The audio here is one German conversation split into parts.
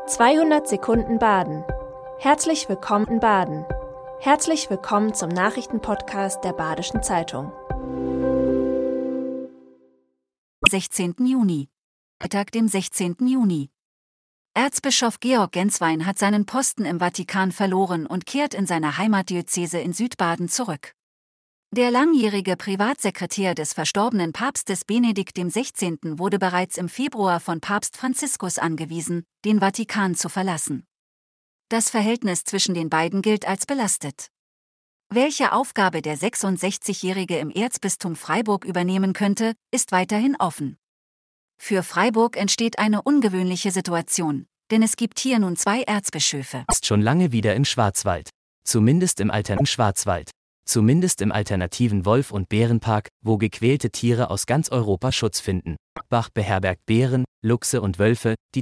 200 Sekunden Baden. Herzlich willkommen in Baden. Herzlich willkommen zum Nachrichtenpodcast der Badischen Zeitung. 16. Juni. Freitag, dem 16. Juni. Erzbischof Georg Genswein hat seinen Posten im Vatikan verloren und kehrt in seine Heimatdiözese in Südbaden zurück. Der langjährige Privatsekretär des verstorbenen Papstes Benedikt XVI. Wurde bereits im Februar von Papst Franziskus angewiesen, den Vatikan zu verlassen. Das Verhältnis zwischen den beiden gilt als belastet. Welche Aufgabe der 66-Jährige im Erzbistum Freiburg übernehmen könnte, ist weiterhin offen. Für Freiburg entsteht eine ungewöhnliche Situation, denn es gibt hier nun 2 Erzbischöfe. Ist schon lange wieder im Schwarzwald. Zumindest im alternativen Wolf- und Bärenpark, wo gequälte Tiere aus ganz Europa Schutz finden. Bach beherbergt Bären, Luchse und Wölfe, die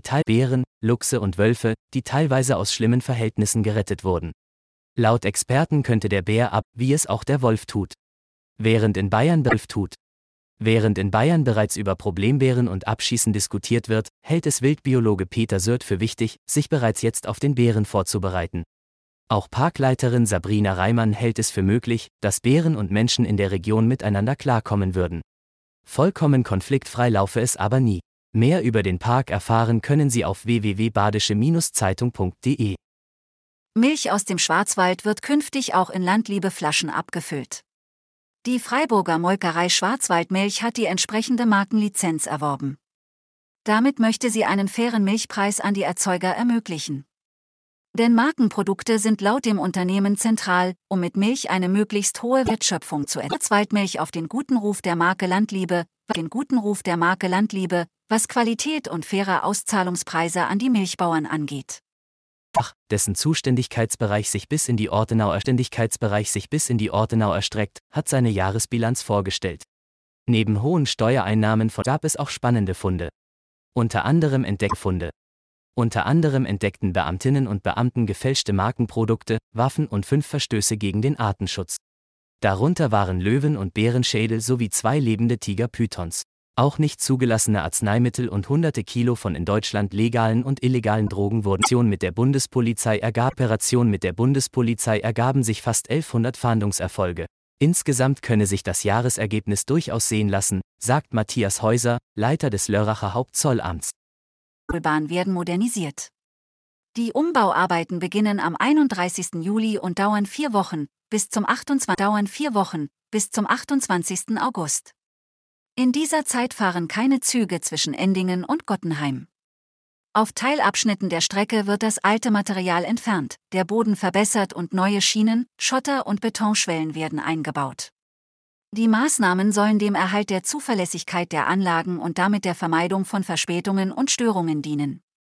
teilweise aus schlimmen Verhältnissen gerettet wurden. Laut Experten könnte der Bär wie es auch der Wolf tut. Während in Bayern bereits über Problembären und Abschießen diskutiert wird, hält es Wildbiologe Peter Sürt für wichtig, sich bereits jetzt auf den Bären vorzubereiten. Auch Parkleiterin Sabrina Reimann hält es für möglich, dass Bären und Menschen in der Region miteinander klarkommen würden. Vollkommen konfliktfrei laufe es aber nie. Mehr über den Park erfahren können Sie auf www.badische-zeitung.de. Milch aus dem Schwarzwald wird künftig auch in Landliebe-Flaschen abgefüllt. Die Freiburger Molkerei Schwarzwaldmilch hat die entsprechende Markenlizenz erworben. Damit möchte sie einen fairen Milchpreis an die Erzeuger ermöglichen. Denn Markenprodukte sind laut dem Unternehmen zentral, um mit Milch eine möglichst hohe Wertschöpfung zu erzielen. Schwarzwaldmilch auf den guten Ruf der Marke Landliebe, was Qualität und faire Auszahlungspreise an die Milchbauern angeht. Dessen Zuständigkeitsbereich sich bis in die Ortenau erstreckt, hat seine Jahresbilanz vorgestellt. Neben hohen Steuereinnahmen gab es auch spannende Funde. Unter anderem entdeckten Beamtinnen und Beamten gefälschte Markenprodukte, Waffen und 5 Verstöße gegen den Artenschutz. Darunter waren Löwen- und Bärenschädel sowie 2 lebende Tigerpythons. Auch nicht zugelassene Arzneimittel und hunderte Kilo von in Deutschland legalen und illegalen Drogen wurden. Mit der Bundespolizei ergaben sich fast 1100 Fahndungserfolge. Insgesamt könne sich das Jahresergebnis durchaus sehen lassen, sagt Matthias Häuser, Leiter des Lörracher Hauptzollamts. Bahn werden modernisiert. Die Umbauarbeiten beginnen am 31. Juli und dauern 4 Wochen, bis zum 28. August. In dieser Zeit fahren keine Züge zwischen Endingen und Gottenheim. Auf Teilabschnitten der Strecke wird das alte Material entfernt, der Boden verbessert und neue Schienen, Schotter und Betonschwellen werden eingebaut. Die Maßnahmen sollen dem Erhalt der Zuverlässigkeit der Anlagen und damit der Vermeidung von Verspätungen und Störungen dienen.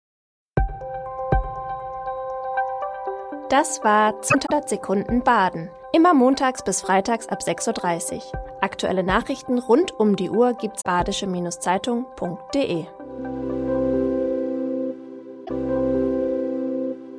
Das war 200 Sekunden Baden. Immer montags bis freitags ab 6:30 Uhr. Aktuelle Nachrichten rund um die Uhr gibt's badische-zeitung.de.